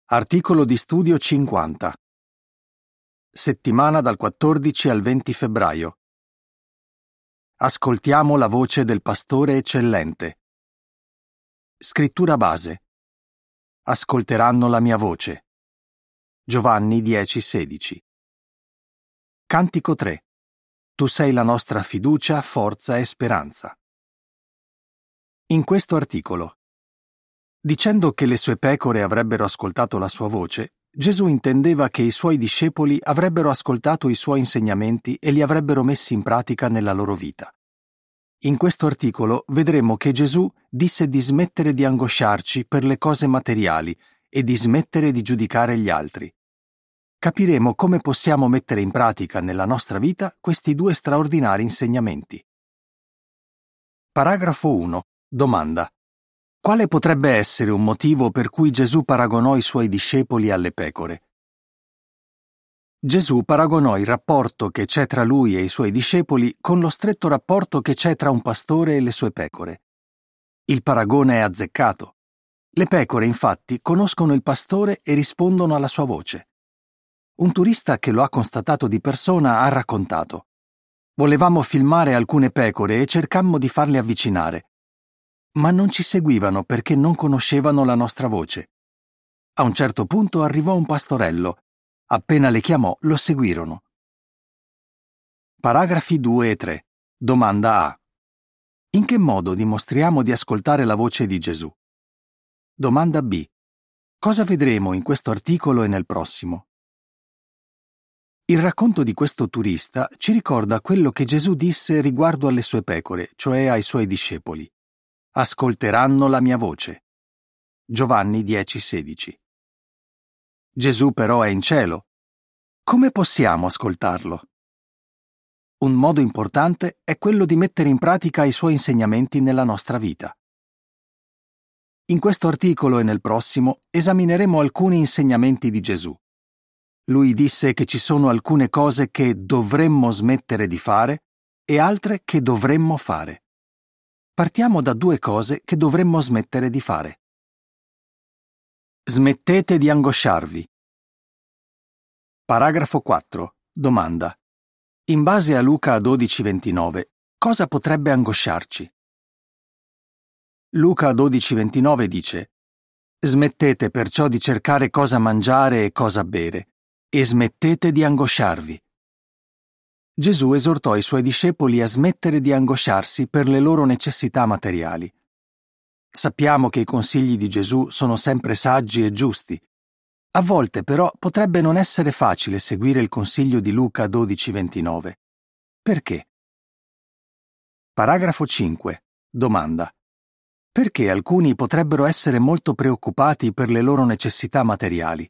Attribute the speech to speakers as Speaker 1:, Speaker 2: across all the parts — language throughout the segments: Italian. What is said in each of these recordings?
Speaker 1: Articolo di studio 50. Settimana dal 14 al 20 febbraio. Ascoltiamo la voce del pastore eccellente. Scrittura base. Ascolteranno la mia voce. Giovanni 10,16. Cantico 3. Tu sei la nostra fiducia, forza e speranza. In questo articolo, dicendo che le sue pecore avrebbero ascoltato la sua voce, Gesù intendeva che i suoi discepoli avrebbero ascoltato i suoi insegnamenti e li avrebbero messi in pratica nella loro vita. In questo articolo vedremo che Gesù disse di smettere di angosciarci per le cose materiali e di smettere di giudicare gli altri. Capiremo come possiamo mettere in pratica nella nostra vita questi due straordinari insegnamenti. Paragrafo 1. Domanda. Quale potrebbe essere un motivo per cui Gesù paragonò i suoi discepoli alle pecore? Gesù paragonò il rapporto che c'è tra lui e i suoi discepoli con lo stretto rapporto che c'è tra un pastore e le sue pecore. Il paragone è azzeccato. Le pecore, infatti, conoscono il pastore e rispondono alla sua voce. Un turista che lo ha constatato di persona ha raccontato: volevamo filmare alcune pecore e cercammo di farle avvicinare, ma non ci seguivano perché non conoscevano la nostra voce. A un certo punto arrivò un pastorello. Appena le chiamò, lo seguirono. Paragrafi 2 e 3. Domanda A. In che modo dimostriamo di ascoltare la voce di Gesù? Domanda B. Cosa vedremo in questo articolo e nel prossimo? Il racconto di questo turista ci ricorda quello che Gesù disse riguardo alle sue pecore, cioè ai suoi discepoli. Ascolteranno la mia voce. Giovanni 10,16. Gesù però è in cielo. Come possiamo ascoltarlo? Un modo importante è quello di mettere in pratica i suoi insegnamenti nella nostra vita. In questo articolo e nel prossimo esamineremo alcuni insegnamenti di Gesù. Lui disse che ci sono alcune cose che dovremmo smettere di fare e altre che dovremmo fare. Partiamo da due cose che dovremmo smettere di fare. Smettete di angosciarvi. Paragrafo 4. Domanda. In base a Luca 12,29, cosa potrebbe angosciarci? Luca 12,29 dice: smettete perciò di cercare cosa mangiare e cosa bere, e smettete di angosciarvi. Gesù esortò i suoi discepoli a smettere di angosciarsi per le loro necessità materiali. Sappiamo che i consigli di Gesù sono sempre saggi e giusti. A volte però potrebbe non essere facile seguire il consiglio di Luca 12,29. Perché? Paragrafo 5. Domanda. Perché alcuni potrebbero essere molto preoccupati per le loro necessità materiali?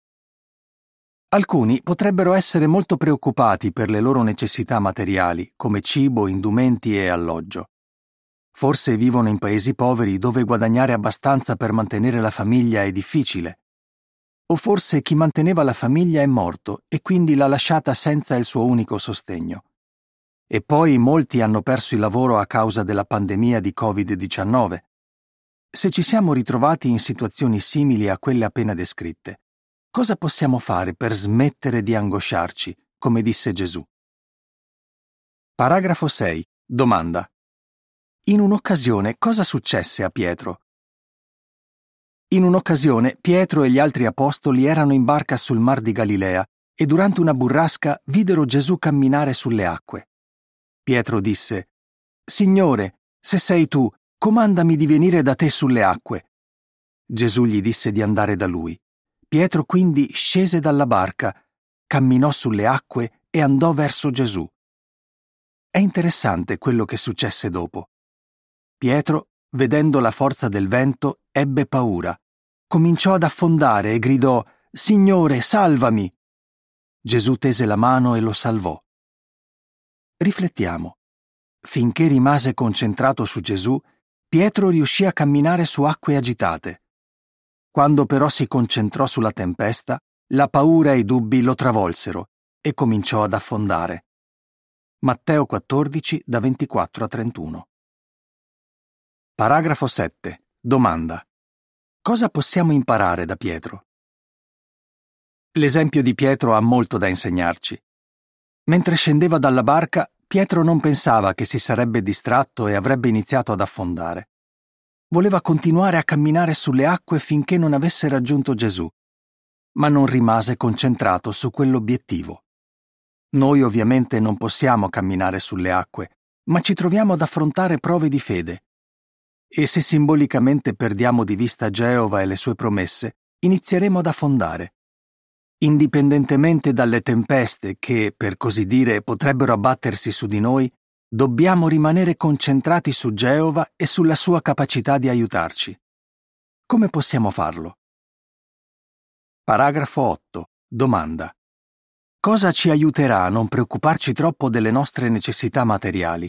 Speaker 1: Alcuni potrebbero essere molto preoccupati per le loro necessità materiali, come cibo, indumenti e alloggio. Forse vivono in paesi poveri dove guadagnare abbastanza per mantenere la famiglia è difficile. O forse chi manteneva la famiglia è morto e quindi l'ha lasciata senza il suo unico sostegno. E poi molti hanno perso il lavoro a causa della pandemia di Covid-19. Se ci siamo ritrovati in situazioni simili a quelle appena descritte, cosa possiamo fare per smettere di angosciarci, come disse Gesù? Paragrafo 6. Domanda. In un'occasione cosa successe a Pietro? In un'occasione Pietro e gli altri apostoli erano in barca sul Mar di Galilea e durante una burrasca videro Gesù camminare sulle acque. Pietro disse: Signore, se sei tu, comandami di venire da te sulle acque. Gesù gli disse di andare da lui. Pietro quindi scese dalla barca, camminò sulle acque e andò verso Gesù. È interessante quello che successe dopo. Pietro, vedendo la forza del vento, ebbe paura. Cominciò ad affondare e gridò: Signore, salvami! Gesù tese la mano e lo salvò. Riflettiamo. Finché rimase concentrato su Gesù, Pietro riuscì a camminare su acque agitate. Quando però si concentrò sulla tempesta, la paura e i dubbi lo travolsero e cominciò ad affondare. Matteo 14, da 24 a 31. Paragrafo 7. Domanda. Cosa possiamo imparare da Pietro? L'esempio di Pietro ha molto da insegnarci. Mentre scendeva dalla barca, Pietro non pensava che si sarebbe distratto e avrebbe iniziato ad affondare. Voleva continuare a camminare sulle acque finché non avesse raggiunto Gesù, ma non rimase concentrato su quell'obiettivo. Noi ovviamente non possiamo camminare sulle acque, ma ci troviamo ad affrontare prove di fede. E se simbolicamente perdiamo di vista Geova e le sue promesse, inizieremo ad affondare. Indipendentemente dalle tempeste che, per così dire, potrebbero abbattersi su di noi, dobbiamo rimanere concentrati su Geova e sulla sua capacità di aiutarci. Come possiamo farlo? Paragrafo 8. Domanda. Cosa ci aiuterà a non preoccuparci troppo delle nostre necessità materiali?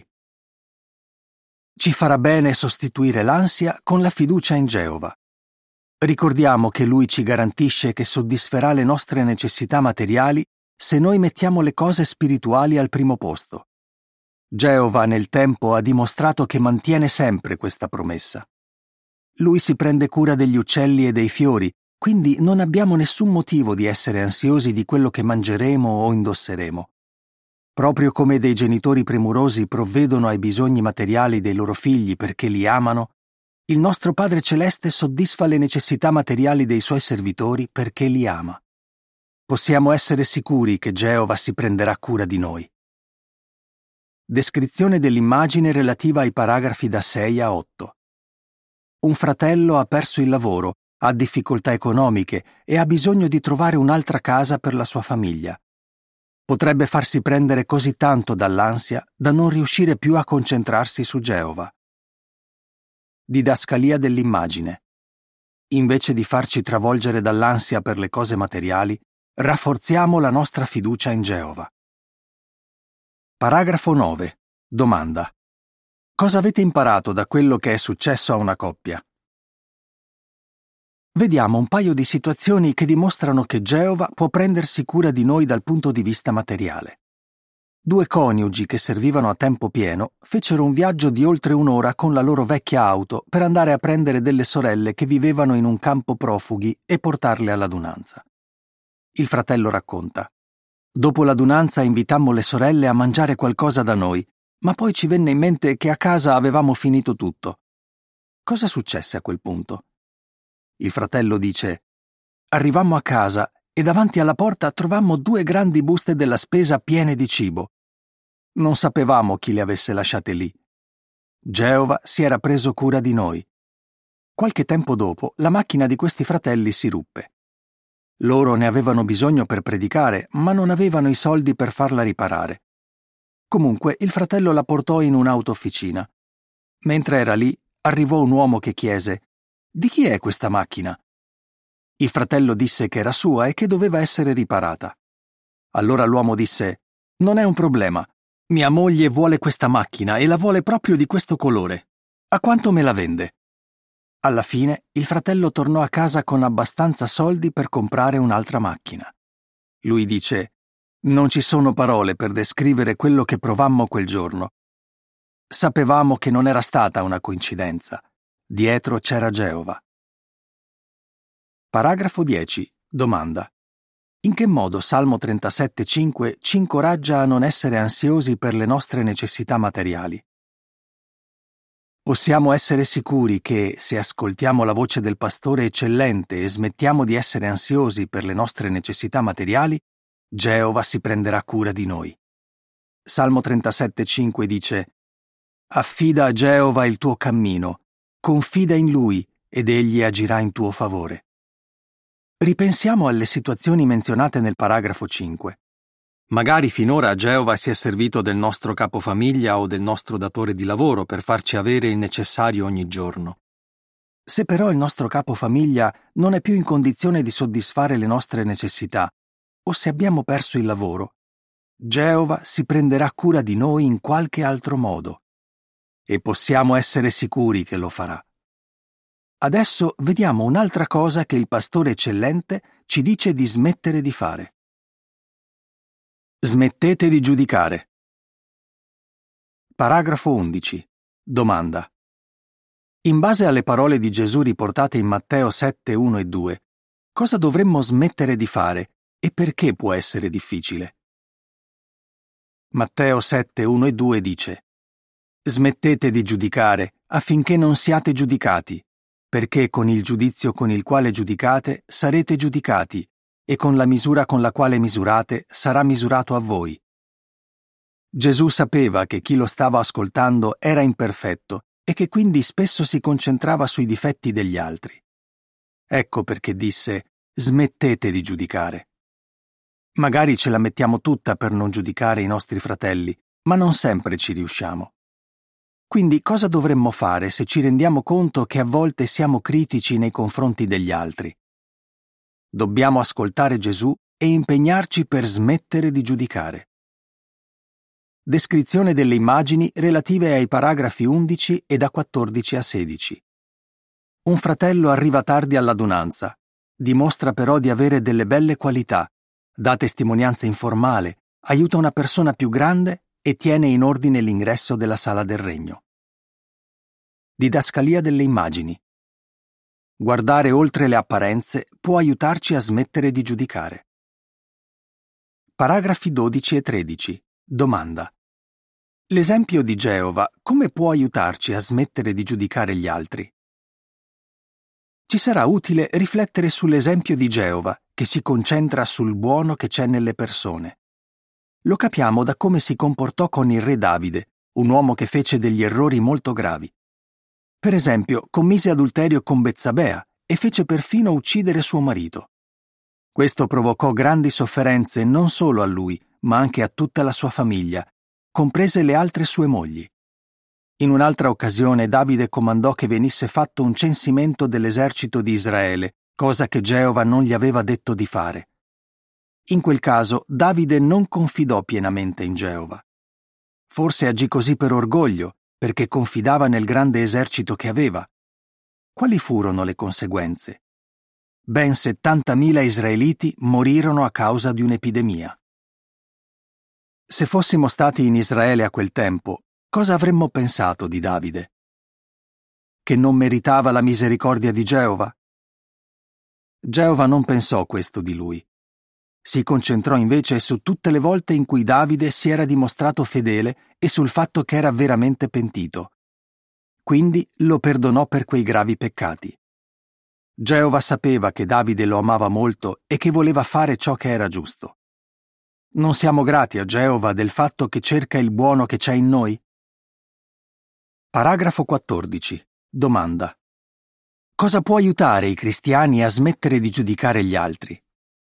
Speaker 1: Ci farà bene sostituire l'ansia con la fiducia in Geova. Ricordiamo che Lui ci garantisce che soddisferà le nostre necessità materiali se noi mettiamo le cose spirituali al primo posto. Geova nel tempo ha dimostrato che mantiene sempre questa promessa. Lui si prende cura degli uccelli e dei fiori, quindi non abbiamo nessun motivo di essere ansiosi di quello che mangeremo o indosseremo. Proprio come dei genitori premurosi provvedono ai bisogni materiali dei loro figli perché li amano, il nostro Padre Celeste soddisfa le necessità materiali dei suoi servitori perché li ama. Possiamo essere sicuri che Geova si prenderà cura di noi. Descrizione dell'immagine relativa ai paragrafi da 6 a 8. Un fratello ha perso il lavoro, ha difficoltà economiche e ha bisogno di trovare un'altra casa per la sua famiglia. Potrebbe farsi prendere così tanto dall'ansia da non riuscire più a concentrarsi su Geova. Didascalia dell'immagine. Invece di farci travolgere dall'ansia per le cose materiali, rafforziamo la nostra fiducia in Geova. Paragrafo 9. Domanda. Cosa avete imparato da quello che è successo a una coppia? Vediamo un paio di situazioni che dimostrano che Geova può prendersi cura di noi dal punto di vista materiale. Due coniugi che servivano a tempo pieno fecero un viaggio di oltre un'ora con la loro vecchia auto per andare a prendere delle sorelle che vivevano in un campo profughi e portarle all'adunanza. Il fratello racconta: dopo l'adunanza invitammo le sorelle a mangiare qualcosa da noi, ma poi ci venne in mente che a casa avevamo finito tutto. Cosa successe a quel punto? Il fratello dice: arrivammo a casa e davanti alla porta trovammo 2 grandi buste della spesa piene di cibo. Non sapevamo chi le avesse lasciate lì. Geova si era preso cura di noi. Qualche tempo dopo, la macchina di questi fratelli si ruppe. Loro ne avevano bisogno per predicare, ma non avevano i soldi per farla riparare. Comunque, il fratello la portò in un'auto-officina. Mentre era lì, arrivò un uomo che chiese: «Di chi è questa macchina?» Il fratello disse che era sua e che doveva essere riparata. Allora l'uomo disse: «Non è un problema. Mia moglie vuole questa macchina e la vuole proprio di questo colore. A quanto me la vende?» Alla fine, il fratello tornò a casa con abbastanza soldi per comprare un'altra macchina. Lui dice: «Non ci sono parole per descrivere quello che provammo quel giorno. Sapevamo che non era stata una coincidenza. Dietro c'era Geova». Paragrafo 10. Domanda. In che modo Salmo 37,5 ci incoraggia a non essere ansiosi per le nostre necessità materiali? Possiamo essere sicuri che, se ascoltiamo la voce del pastore eccellente e smettiamo di essere ansiosi per le nostre necessità materiali, Geova si prenderà cura di noi. Salmo 37,5 dice: «Affida a Geova il tuo cammino, confida in Lui ed Egli agirà in tuo favore». Ripensiamo alle situazioni menzionate nel paragrafo 5. Magari finora Geova si è servito del nostro capofamiglia o del nostro datore di lavoro per farci avere il necessario ogni giorno. Se però il nostro capofamiglia non è più in condizione di soddisfare le nostre necessità, o se abbiamo perso il lavoro, Geova si prenderà cura di noi in qualche altro modo. E possiamo essere sicuri che lo farà. Adesso vediamo un'altra cosa che il pastore eccellente ci dice di smettere di fare. Smettete di giudicare. Paragrafo 11. Domanda. In base alle parole di Gesù riportate in Matteo 7, 1 e 2, cosa dovremmo smettere di fare e perché può essere difficile. Matteo 7, 1 e 2 dice: Smettete di giudicare affinché non siate giudicati, perché con il giudizio con il quale giudicate sarete giudicati, e con la misura con la quale misurate sarà misurato a voi. Gesù sapeva che chi lo stava ascoltando era imperfetto e che quindi spesso si concentrava sui difetti degli altri. Ecco perché disse: smettete di giudicare. Magari ce la mettiamo tutta per non giudicare i nostri fratelli, ma non sempre ci riusciamo. Quindi cosa dovremmo fare se ci rendiamo conto che a volte siamo critici nei confronti degli altri? Dobbiamo ascoltare Gesù e impegnarci per smettere di giudicare. Descrizione delle immagini relative ai paragrafi 11 e da 14 a 16. Un fratello arriva tardi all'adunanza, dimostra però di avere delle belle qualità, dà testimonianza informale, aiuta una persona più grande e tiene in ordine l'ingresso della sala del regno. Didascalia delle immagini. Guardare oltre le apparenze può aiutarci a smettere di giudicare. Paragrafi 12 e 13. Domanda. L'esempio di Geova come può aiutarci a smettere di giudicare gli altri? Ci sarà utile riflettere sull'esempio di Geova, che si concentra sul buono che c'è nelle persone. Lo capiamo da come si comportò con il re Davide, un uomo che fece degli errori molto gravi. Per esempio, commise adulterio con Betsabea e fece perfino uccidere suo marito. Questo provocò grandi sofferenze non solo a lui, ma anche a tutta la sua famiglia, comprese le altre sue mogli. In un'altra occasione Davide comandò che venisse fatto un censimento dell'esercito di Israele, cosa che Geova non gli aveva detto di fare. In quel caso Davide non confidò pienamente in Geova. Forse agì così per orgoglio, perché confidava nel grande esercito che aveva. Quali furono le conseguenze? Ben 70.000 israeliti morirono a causa di un'epidemia. Se fossimo stati in Israele a quel tempo, cosa avremmo pensato di Davide? Che non meritava la misericordia di Geova? Geova non pensò questo di lui. Si concentrò invece su tutte le volte in cui Davide si era dimostrato fedele e sul fatto che era veramente pentito. Quindi lo perdonò per quei gravi peccati. Geova sapeva che Davide lo amava molto e che voleva fare ciò che era giusto. Non siamo grati a Geova del fatto che cerca il buono che c'è in noi? Paragrafo 14. Domanda. Cosa può aiutare i cristiani a smettere di giudicare gli altri?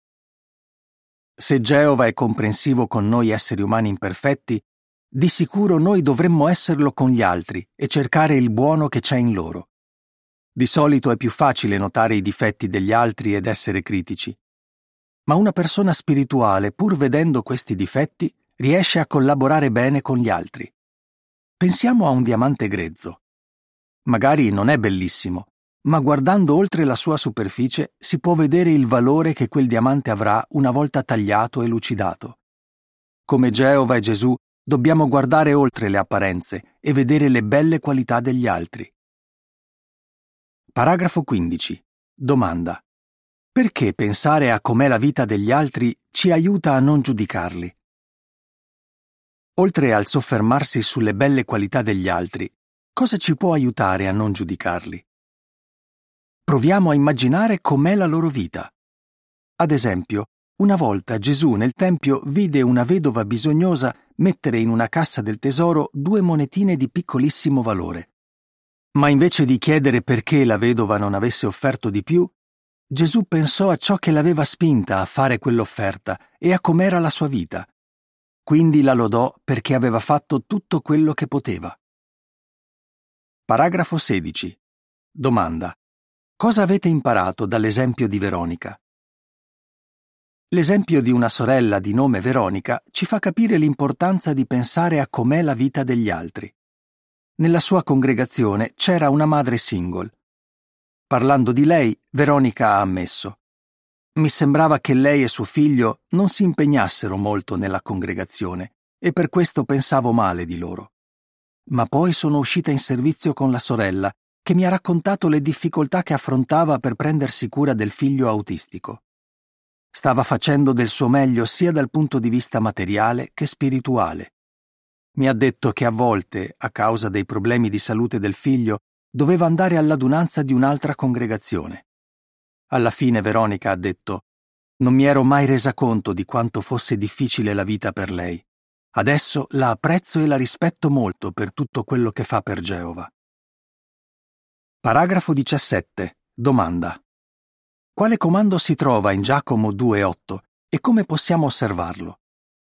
Speaker 1: Se Geova è comprensivo con noi esseri umani imperfetti, di sicuro noi dovremmo esserlo con gli altri e cercare il buono che c'è in loro. Di solito è più facile notare i difetti degli altri ed essere critici. Ma una persona spirituale, pur vedendo questi difetti, riesce a collaborare bene con gli altri. Pensiamo a un diamante grezzo. Magari non è bellissimo, ma guardando oltre la sua superficie si può vedere il valore che quel diamante avrà una volta tagliato e lucidato. Come Geova e Gesù, dobbiamo guardare oltre le apparenze e vedere le belle qualità degli altri. Paragrafo 15. Domanda. Perché pensare a com'è la vita degli altri ci aiuta a non giudicarli? Oltre al soffermarsi sulle belle qualità degli altri, cosa ci può aiutare a non giudicarli? Proviamo a immaginare com'è la loro vita. Ad esempio, una volta Gesù nel Tempio vide una vedova bisognosa mettere in una cassa del tesoro 2 monetine di piccolissimo valore. Ma invece di chiedere perché la vedova non avesse offerto di più, Gesù pensò a ciò che l'aveva spinta a fare quell'offerta e a com'era la sua vita. Quindi la lodò perché aveva fatto tutto quello che poteva. Paragrafo 16. Domanda. Cosa avete imparato dall'esempio di Veronica? L'esempio di una sorella di nome Veronica ci fa capire l'importanza di pensare a com'è la vita degli altri. Nella sua congregazione c'era una madre single. Parlando di lei, Veronica ha ammesso: mi sembrava che lei e suo figlio non si impegnassero molto nella congregazione e per questo pensavo male di loro. Ma poi sono uscita in servizio con la sorella, che mi ha raccontato le difficoltà che affrontava per prendersi cura del figlio autistico. Stava facendo del suo meglio sia dal punto di vista materiale che spirituale. Mi ha detto che a volte, a causa dei problemi di salute del figlio, doveva andare all'adunanza di un'altra congregazione. Alla fine Veronica ha detto: «Non mi ero mai resa conto di quanto fosse difficile la vita per lei. Adesso la apprezzo e la rispetto molto per tutto quello che fa per Geova». Paragrafo 17. Domanda. Quale comando si trova in Giacomo 2,8 e come possiamo osservarlo?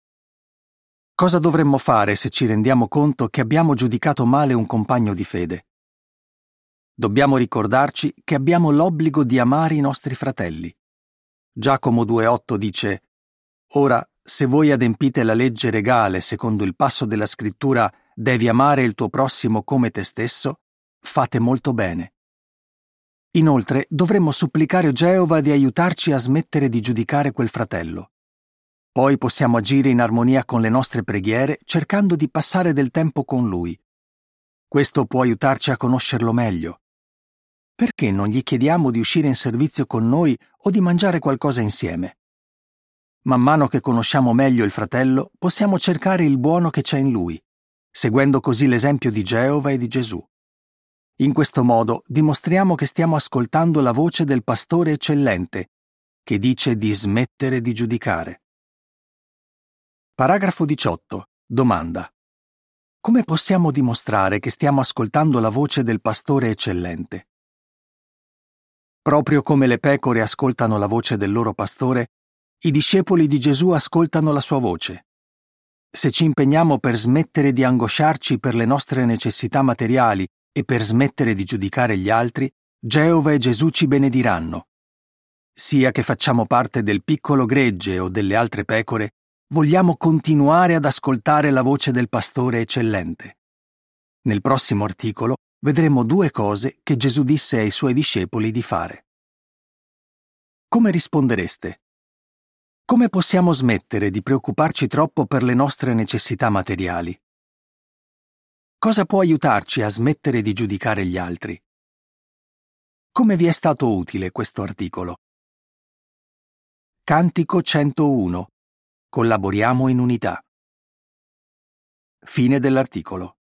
Speaker 1: Cosa dovremmo fare se ci rendiamo conto che abbiamo giudicato male un compagno di fede? Dobbiamo ricordarci che abbiamo l'obbligo di amare i nostri fratelli. Giacomo 2,8 dice: «Ora, se voi adempite la legge regale secondo il passo della scrittura devi amare il tuo prossimo come te stesso, fate molto bene». Inoltre, dovremmo supplicare Geova di aiutarci a smettere di giudicare quel fratello. Poi possiamo agire in armonia con le nostre preghiere cercando di passare del tempo con lui. Questo può aiutarci a conoscerlo meglio. Perché non gli chiediamo di uscire in servizio con noi o di mangiare qualcosa insieme? Man mano che conosciamo meglio il fratello, possiamo cercare il buono che c'è in lui, seguendo così l'esempio di Geova e di Gesù. In questo modo dimostriamo che stiamo ascoltando la voce del pastore eccellente, che dice di smettere di giudicare. Paragrafo 18. Domanda. Come possiamo dimostrare che stiamo ascoltando la voce del pastore eccellente? Proprio come le pecore ascoltano la voce del loro pastore, i discepoli di Gesù ascoltano la sua voce. Se ci impegniamo per smettere di angosciarci per le nostre necessità materiali e per smettere di giudicare gli altri, Geova e Gesù ci benediranno. Sia che facciamo parte del piccolo gregge o delle altre pecore, vogliamo continuare ad ascoltare la voce del pastore eccellente. Nel prossimo articolo vedremo 2 cose che Gesù disse ai suoi discepoli di fare. Come rispondereste? Come possiamo smettere di preoccuparci troppo per le nostre necessità materiali? Cosa può aiutarci a smettere di giudicare gli altri? Come vi è stato utile questo articolo? Cantico 101. Collaboriamo in unità. Fine dell'articolo.